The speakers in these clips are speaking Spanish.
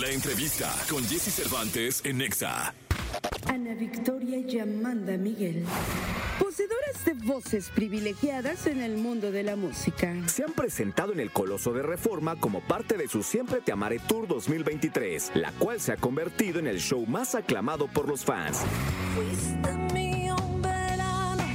La entrevista con Jesse Cervantes en Nexa. Ana Victoria y Amanda Miguel, poseedoras de voces privilegiadas en el mundo de la música, se han presentado en el Coloso de Reforma como parte de su Siempre Te Amaré Tour 2023, la cual se ha convertido en el show más aclamado por los fans. Fuiste mío un verano,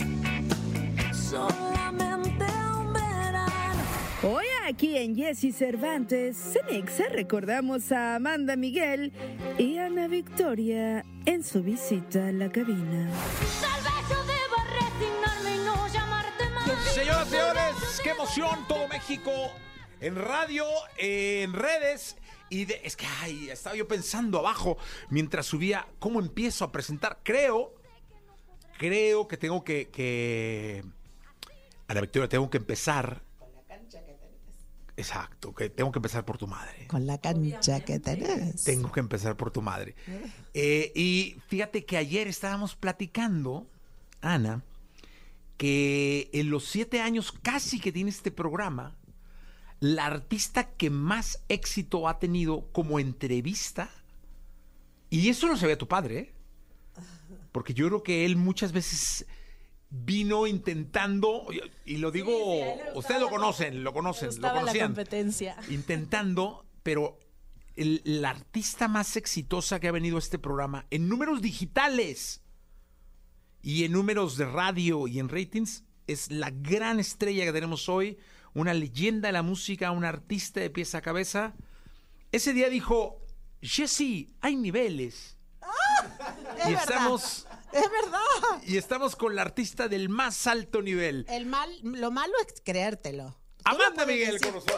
solamente un verano. Hoy aquí en Jesse Cervantes, en Nexa, recordamos a Amanda Miguel y Ana Victoria en su visita a la cabina. Tal vez yo deba resignarme y no llamarte más. Señoras y señores, qué emoción, todo México, en radio, en redes. Es que, estaba yo pensando abajo, mientras subía, ¿cómo empiezo a presentar? Creo que tengo que Ana Victoria, tengo que empezar. Exacto, que tengo que empezar por tu madre. Con la cancha que tenés. Tengo que empezar por tu madre. Y fíjate que ayer estábamos platicando, Ana, que en los 7 años casi que tiene este programa, la artista que más éxito ha tenido como entrevista, y eso lo sabía tu padre, ¿eh? Porque yo creo que él muchas veces vino intentando, y lo digo, ustedes lo conocen, lo conocían. La competencia. Intentando, pero la artista más exitosa que ha venido a este programa, en números digitales y en números de radio y en ratings, es la gran estrella que tenemos hoy, una leyenda de la música, una artista de pies a cabeza. Ese día dijo, Jesse, hay niveles. Es y verdad. estamos... Es verdad. Y estamos con la artista del más alto nivel. Lo malo es creértelo. Amanda Miguel con nosotros.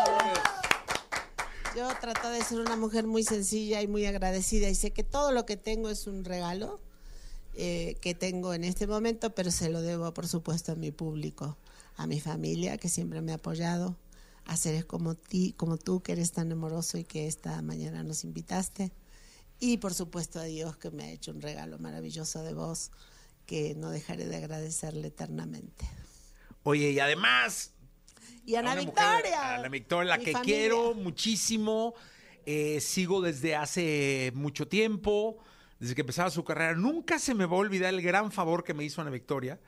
Yo trato de ser una mujer muy sencilla y muy agradecida y sé que todo lo que tengo es un regalo que tengo en este momento, pero se lo debo, por supuesto, a mi público, a mi familia que siempre me ha apoyado, a seres como tú que eres tan amoroso y que esta mañana nos invitaste. Y por supuesto a Dios que me ha hecho un regalo maravilloso de voz que no dejaré de agradecerle eternamente. Oye, y además... Y Ana una Victoria. Mujer, Ana Victoria, la mi que familia. quiero muchísimo. Sigo desde hace mucho tiempo, desde que empezaba su carrera. Nunca se me va a olvidar el gran favor que me hizo Ana Victoria.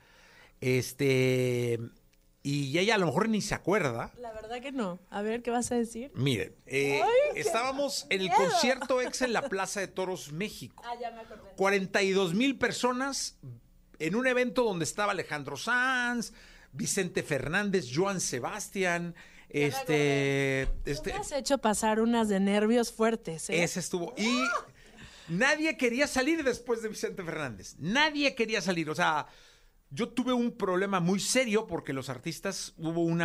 Y ella a lo mejor ni se acuerda. La verdad que no. A ver, ¿qué vas a decir? Miren, estábamos en el concierto ex en la Plaza de Toros, México. Ya me acordé. 42,000 personas en un evento donde estaba Alejandro Sanz, Vicente Fernández, Joan Sebastián, Tú me has hecho pasar unas de nervios fuertes, ¿eh? ese estuvo. Y nadie quería salir después de Vicente Fernández. Nadie quería salir. O sea, yo tuve un problema muy serio porque los artistas hubo un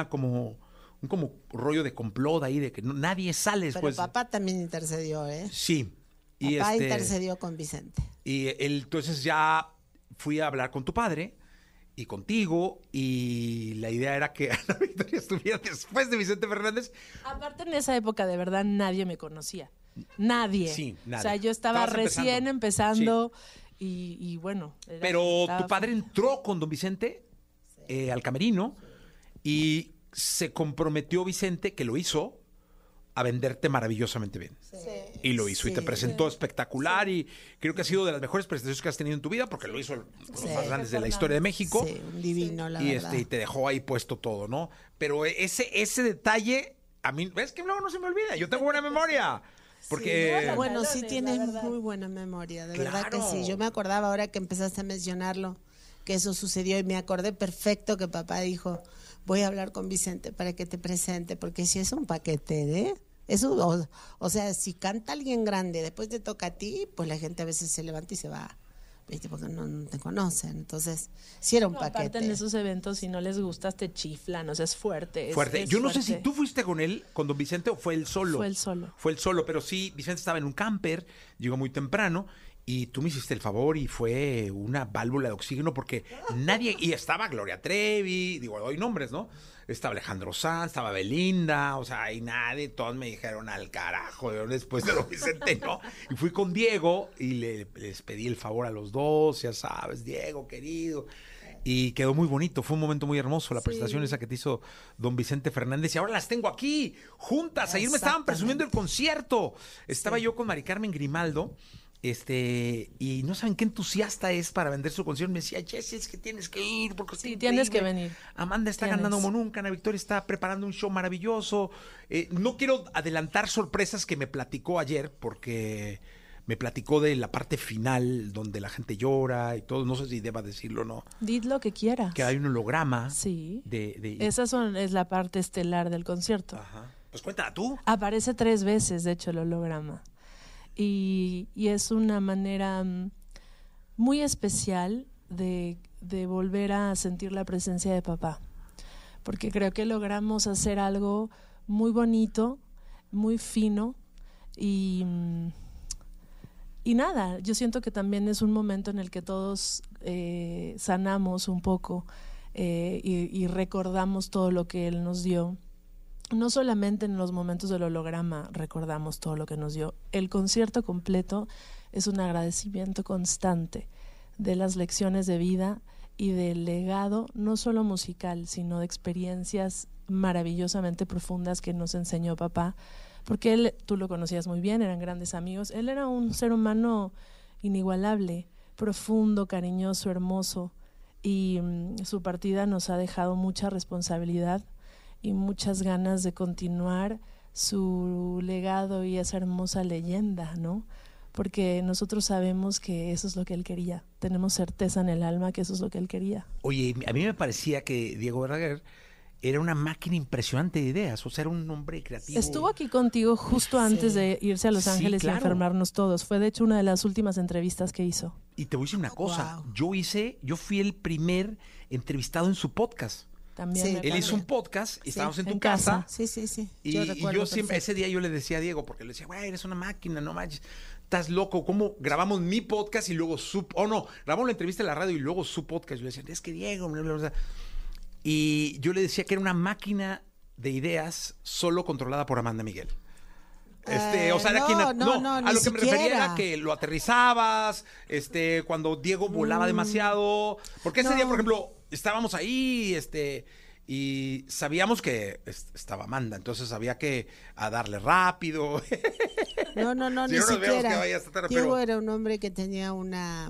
rollo de complot ahí de que nadie sale Pero después. papá también intercedió, ¿eh? Sí. Papá intercedió con Vicente. Y entonces ya fui a hablar con tu padre y contigo, y la idea era que Ana Victoria estuviera después de Vicente Fernández. Aparte, en esa época, de verdad, nadie me conocía. Nadie. Sí, nadie. O sea, yo estaba Estabas recién empezando y bueno. Pero estaba tu padre entró con don Vicente al camerino y se comprometió Vicente, que lo hizo, a venderte maravillosamente bien. Y lo hizo, y te presentó espectacular, y creo que ha sido de las mejores presentaciones que has tenido en tu vida, porque lo hizo los más grandes de la historia de México. Sí, un divino, la verdad. Y te dejó ahí puesto todo, ¿no? Pero ese detalle, a mí, ¿ves que luego no se me olvida? Yo tengo buena memoria. Porque... Bueno, sí Talones, tienes la verdad. muy buena memoria, de Claro. verdad que sí. Yo me acordaba ahora que empezaste a mencionarlo, que eso sucedió, y me acordé perfecto que papá dijo, voy a hablar con Vicente para que te presente, porque si es un paquete, ¿eh? Eso, o sea, si canta alguien grande, después te toca a ti, pues la gente a veces se levanta y se va, ¿viste? Porque no te conocen. Entonces, sí era un No, paquete. aparte, en esos eventos, si no les gustas, te chiflan. O sea, es fuerte. Fuerte. Es Yo no sé fuerte. si tú fuiste con él, con don Vicente, o fue él solo. Fue él solo. Fue él solo, pero sí, Vicente estaba en un camper, llegó muy temprano, y tú me hiciste el favor y fue una válvula de oxígeno porque nadie... Y estaba Gloria Trevi, digo, doy nombres, ¿no? Estaba Alejandro Sanz, estaba Belinda, o sea, y nadie, todos me dijeron al carajo después de don Vicente, ¿no? Y fui con Diego y les pedí el favor a los dos, ya sabes, Diego, querido. Y quedó muy bonito, fue un momento muy hermoso la Sí. presentación esa que te hizo don Vicente Fernández. Y ahora las tengo aquí, juntas. Ayer me estaban presumiendo el concierto. Estaba yo con Mari Carmen Grimaldo, y no saben qué entusiasta es para vender su concierto. Me decía, Jessy, es que tienes que ir. Porque Sí, está tienes que increíble. venir. Amanda está Tienes. ganando como nunca, Ana Victoria está preparando un show maravilloso. No quiero adelantar sorpresas que me platicó ayer, porque me platicó de la parte final donde la gente llora y todo. No sé si deba decirlo o no. Did lo que quieras. Que hay un holograma. Sí. De... Esa es la parte estelar del concierto. Ajá. Pues cuéntala tú. Aparece 3 veces, de hecho, el holograma. Y es una manera muy especial de volver a sentir la presencia de papá. Porque creo que logramos hacer algo muy bonito, muy fino y nada, yo siento que también es un momento en el que todos sanamos un poco y recordamos todo lo que él nos dio. No solamente en los momentos del holograma recordamos todo lo que nos dio. El concierto completo es un agradecimiento constante de las lecciones de vida y del legado, no solo musical, sino de experiencias maravillosamente profundas que nos enseñó papá. Porque él, tú lo conocías muy bien, eran grandes amigos. Él era un ser humano inigualable, profundo, cariñoso, hermoso. Y su partida nos ha dejado mucha responsabilidad y muchas ganas de continuar su legado y esa hermosa leyenda, ¿no? Porque nosotros sabemos que eso es lo que él quería. Tenemos certeza en el alma que eso es lo que él quería. Oye, a mí me parecía que Diego Verdaguer era una máquina impresionante de ideas. O sea, era un hombre creativo. Estuvo aquí contigo justo antes de irse a Los Ángeles y enfermarnos todos. Fue de hecho una de las últimas entrevistas que hizo. Y te voy a decir una cosa. Wow. Yo fui el primer entrevistado en su podcast. También Sí. me Él parece. hizo un podcast y estábamos en tu en casa. casa. Sí. Y Yo yo, recuerdo siempre, perfecto. ese día yo le decía a Diego, porque le decía, güey, eres una máquina, no manches, estás loco. ¿Cómo grabamos mi podcast y luego grabamos la entrevista en la radio y luego su podcast? Yo le decía, es que Diego, bla, bla, bla. Y yo le decía que era una máquina de ideas solo controlada por Amanda Miguel. O sea, era no, quien no, a ni lo que me refería siquiera. era que lo aterrizabas, cuando Diego volaba demasiado, porque ese No. día, por ejemplo, estábamos ahí, y sabíamos que estaba Amanda, entonces había que darle rápido. No, Si ni no nos vemos que siquiera. vaya hasta tarde, Diego pero- era un hombre que tenía una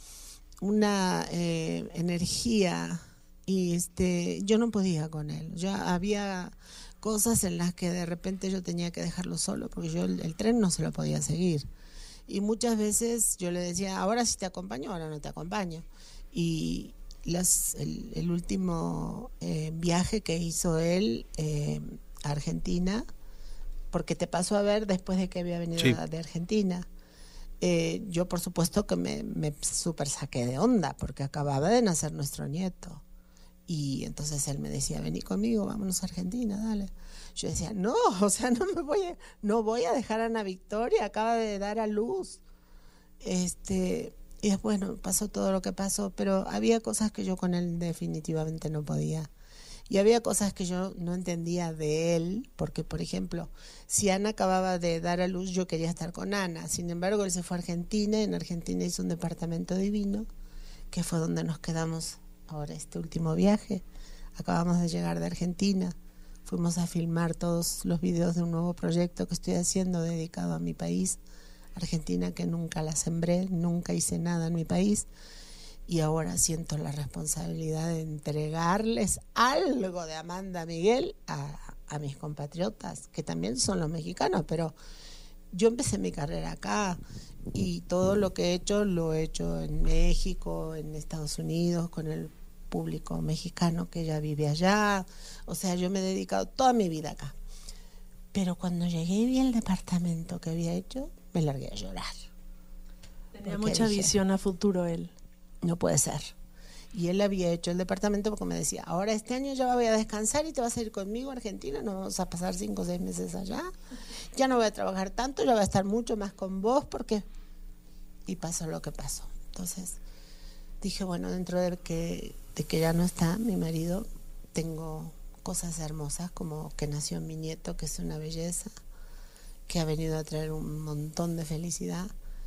energía y yo no podía con él. Ya había cosas en las que de repente yo tenía que dejarlo solo porque yo el tren no se lo podía seguir. Y muchas veces yo le decía, ahora sí te acompaño, ahora no te acompaño. Y el último viaje que hizo él a Argentina, porque te pasó a ver después de que había venido Sí. de Argentina. Yo por supuesto que me súper saqué de onda porque acababa de nacer nuestro nieto y entonces él me decía, vení conmigo, vámonos a Argentina, dale. Yo decía, no, o sea, no voy a dejar a Ana Victoria, acaba de dar a luz. Y bueno, pasó todo lo que pasó, pero había cosas que yo con él definitivamente no podía. Y había cosas que yo no entendía de él, porque, por ejemplo, si Ana acababa de dar a luz, yo quería estar con Ana. Sin embargo, él se fue a Argentina, y en Argentina hizo un departamento divino, que fue donde nos quedamos ahora este último viaje. Acabamos de llegar de Argentina, fuimos a filmar todos los videos de un nuevo proyecto que estoy haciendo dedicado a mi país, Argentina, que nunca la sembré, nunca hice nada en mi país. Y ahora siento la responsabilidad de entregarles algo de Amanda Miguel a mis compatriotas, que también son los mexicanos, pero yo empecé mi carrera acá y todo lo que he hecho lo he hecho en México, en Estados Unidos, con el público mexicano que ya vive allá. O sea, yo me he dedicado toda mi vida acá. Pero cuando llegué y vi el departamento que había hecho, me largué a llorar. Tenía Porque mucha dije, visión a futuro él. no puede ser. Y él había hecho el departamento porque me decía, ahora este año ya voy a descansar y te vas a ir conmigo a Argentina, nos vamos a pasar 5 o 6 meses allá. Ya no voy a trabajar tanto, ya voy a estar mucho más con vos porque... Y pasó lo que pasó. Entonces dije, bueno, dentro de que ya no está mi marido, tengo cosas hermosas como que nació mi nieto, que es una belleza, que ha venido a traer un montón de felicidad.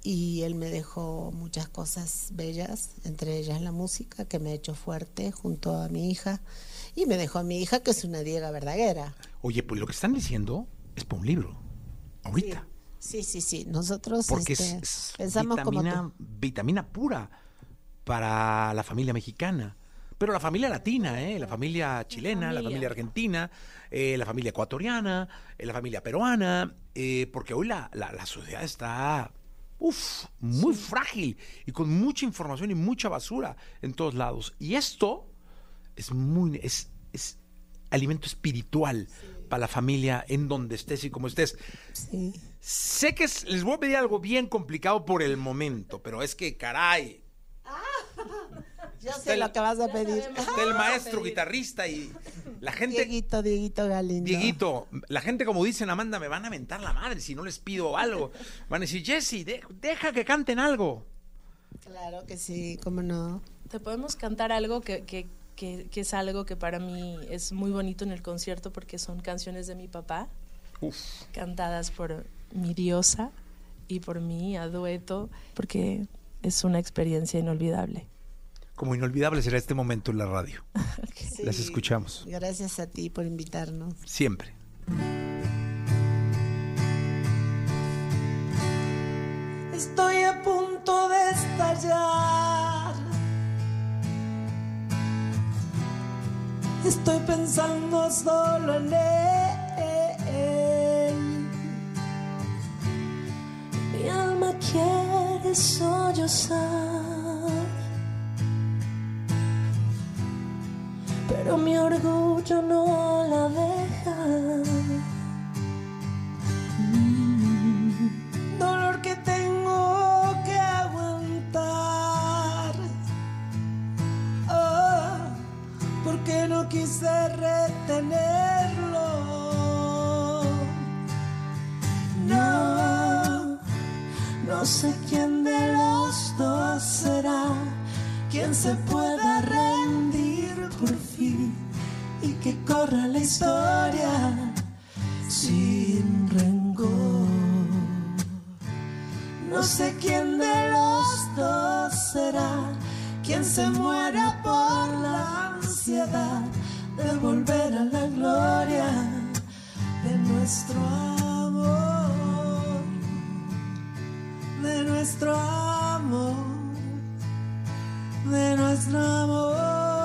y él me dejó muchas cosas bellas, entre ellas la música, que me ha hecho fuerte junto a mi hija, y me dejó a mi hija, que es una Diega Verdaguera. Oye, pues lo que están diciendo es para un libro, ahorita. Sí. Nosotros porque pensamos vitamina pura para la familia mexicana. Pero la familia latina, la familia chilena, la familia argentina, la familia ecuatoriana, la familia peruana, porque hoy la sociedad está muy frágil y con mucha información y mucha basura en todos lados. Y esto es alimento espiritual para la familia en donde estés y como estés. Sí. Sé que les voy a pedir algo bien complicado por el momento, pero es que, caray. Yo sé lo que vas a pedir. Está el maestro guitarrista y la gente... Dieguito Galindo. Dieguito, la gente, como dicen, Amanda, me van a mentar la madre si no les pido algo. Van a decir, Jessy, deja que canten algo. Claro que sí, cómo no. Te podemos cantar algo que es algo que para mí es muy bonito en el concierto, porque son canciones de mi papá, cantadas por mi diosa y por mí a dueto, porque es una experiencia inolvidable. Como inolvidable será este momento en la radio. Okay. Sí, las escuchamos. Gracias a ti por invitarnos. Siempre. Estoy a punto de estallar. Estoy pensando solo en él. Mi alma quiere sollozar, pero mi orgullo no la deja. Dolor que tengo que aguantar, porque no quise retenerlo. No sé quién de los dos será quien se pueda rendir por fin y que corra la historia sin rencor. No sé quién de los dos será quien se muera por la ansiedad de volver a la gloria de nuestro amor, de nuestro amor, de nuestro amor.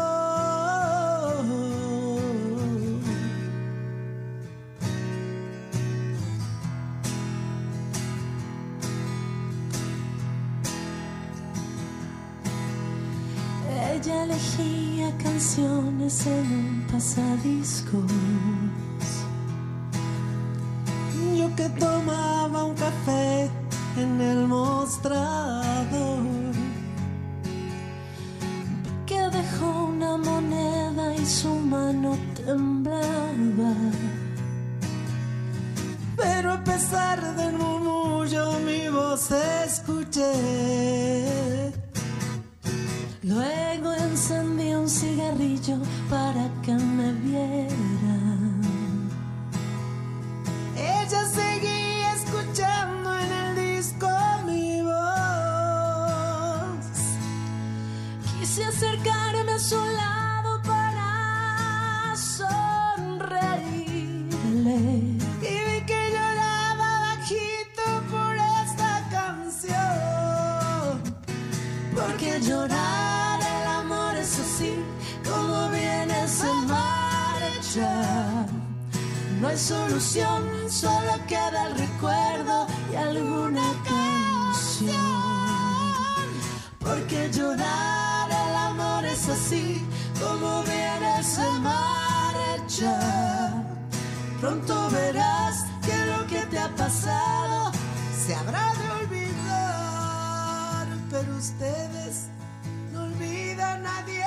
Ella elegía canciones en un pasadiscos, yo que tomaba un café en el mostrador, que dejó una moneda y su mano temblaba, pero a pesar del murmullo mi voz escuché. Luego encendí un cigarrillo para que me vieran. Ella seguía escuchando en el disco mi voz. Quise acercarme a su lado para sonreírle y vi que lloraba bajito por esta canción. Porque llorar así como viene se marcha. No hay solución, solo queda el recuerdo y alguna canción. Porque llorar el amor es así como viene se marcha. Pronto verás que lo que te ha pasado se habrá de olvidar, pero ustedes no olvidan a Diego,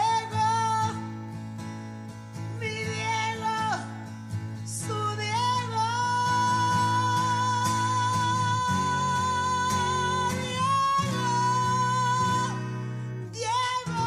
mi Diego, su Diego, Diego.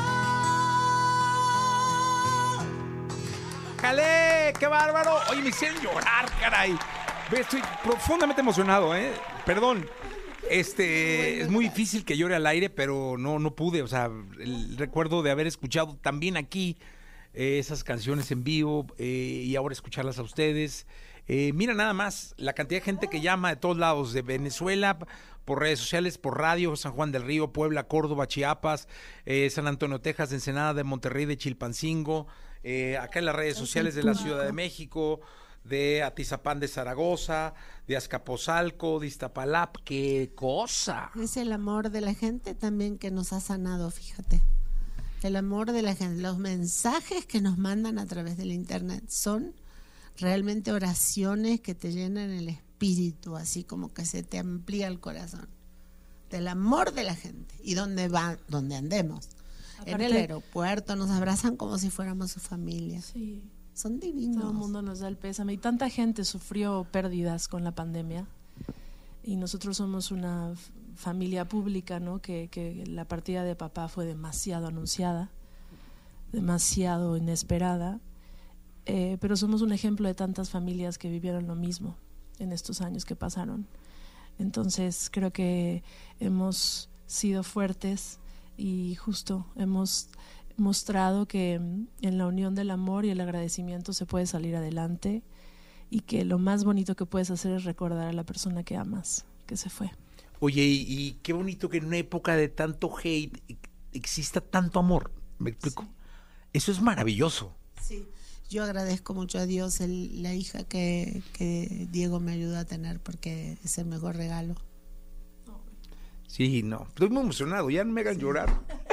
¡Jale! ¡Qué bárbaro! Oye, me hicieron llorar, caray. Estoy profundamente emocionado, ¿eh? Perdón. Es muy difícil que llore al aire, pero no pude. O sea, el recuerdo de haber escuchado también aquí esas canciones en vivo y ahora escucharlas a ustedes. Mira nada más la cantidad de gente que llama de todos lados, de Venezuela, por redes sociales, por radio, San Juan del Río, Puebla, Córdoba, Chiapas, San Antonio, Texas, de Ensenada, de Monterrey, de Chilpancingo, acá en las redes sociales de la Ciudad de México, de Atizapán de Zaragoza, de Azcapotzalco, de Iztapalapa. ¡Qué cosa! Es el amor de la gente también que nos ha sanado, fíjate. El amor de la gente. Los mensajes que nos mandan a través del internet son realmente oraciones que te llenan el espíritu, así como que se te amplía el corazón. Del amor de la gente. Y donde andemos. Aparte, en el aeropuerto nos abrazan como si fuéramos su familia. Sí. Son divinos. Todo el mundo nos da el pésame. Y tanta gente sufrió pérdidas con la pandemia. Y nosotros somos una familia pública, ¿no? Que la partida de papá fue demasiado anunciada, demasiado inesperada. Pero somos un ejemplo de tantas familias que vivieron lo mismo en estos años que pasaron. Entonces creo que hemos sido fuertes y justo hemos mostrado que en la unión del amor y el agradecimiento se puede salir adelante y que lo más bonito que puedes hacer es recordar a la persona que amas, que se fue. Oye, y qué bonito que en una época de tanto hate exista tanto amor. ¿Me explico? Sí. Eso es maravilloso. Sí. Yo agradezco mucho a Dios la hija que Diego me ayudó a tener, porque es el mejor regalo. Sí, no. Estoy muy emocionado. Ya no me hagan llorar.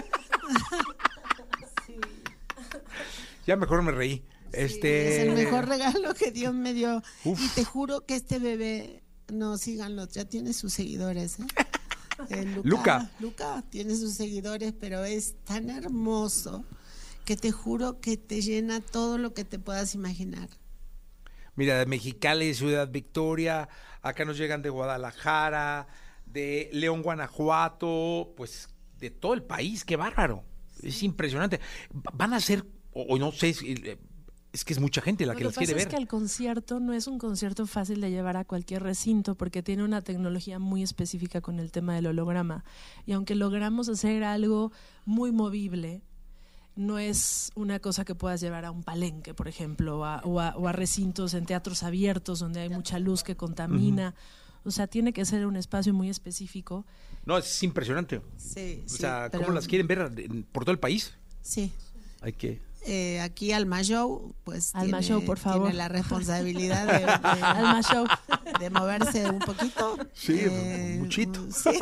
Sí. Ya mejor me reí. Es el mejor regalo que Dios me dio. Uf. Y te juro que este bebé, no, síganlo, ya tiene sus seguidores, Luca tiene sus seguidores, pero es tan hermoso que te juro que te llena todo lo que te puedas imaginar. Mira, de Mexicali, Ciudad Victoria, acá nos llegan de Guadalajara, de León, Guanajuato, pues de todo el país. Qué bárbaro. Es impresionante. Van a ser, o no sé, es que es mucha gente la que las quiere ver. Lo que pasa es que el concierto no es un concierto fácil de llevar a cualquier recinto porque tiene una tecnología muy específica con el tema del holograma. Y aunque logramos hacer algo muy movible, no es una cosa que puedas llevar a un palenque, por ejemplo, o a recintos en teatros abiertos donde hay mucha luz que contamina. O sea, tiene que ser un espacio muy específico. No, es impresionante. Sí, O sea, ¿cómo las quieren ver por todo el país? Sí. Hay que... Aquí Alma Show, pues Alma Show, por favor. tiene la responsabilidad Alma Show. de moverse un poquito. Sí, muchito. Sí.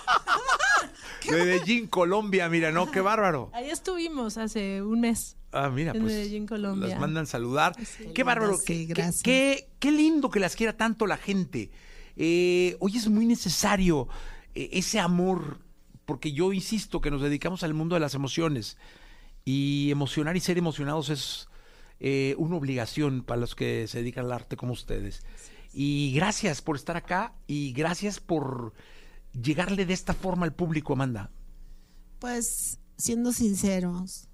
Medellín, Colombia, mira, no, qué bárbaro. Ahí estuvimos hace un mes. Ah, mira, En pues Medellín, Colombia. las mandan saludar. Sí. Qué bárbaro, Sí, gracias. qué lindo que las quiera tanto la gente. Hoy es muy necesario ese amor, porque yo insisto que nos dedicamos al mundo de las emociones y emocionar y ser emocionados es una obligación para los que se dedican al arte como ustedes. Y gracias por estar acá y gracias por llegarle de esta forma al público, Amanda. Pues siendo sinceros,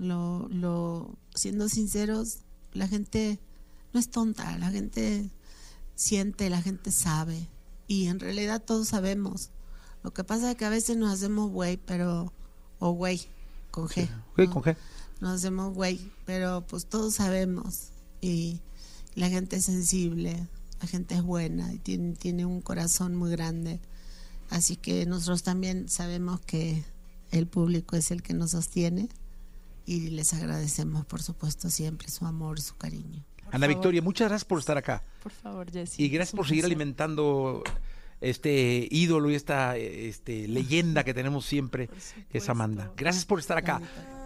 siendo sinceros, la gente no es tonta, la gente siente, la gente sabe, y en realidad todos sabemos. Lo que pasa es que a veces nos hacemos güey, o güey, con G. Sí, ¿no? con G. Nos hacemos güey, pero pues todos sabemos, y la gente es sensible, la gente es buena, y tiene un corazón muy grande. Así que nosotros también sabemos que el público es el que nos sostiene y les agradecemos, por supuesto, siempre su amor, su cariño. Ana Victoria, muchas gracias por estar acá. Por favor, Jessy. Y gracias por seguir alimentando este ídolo y esta leyenda que tenemos siempre, que es Amanda. Gracias por estar acá.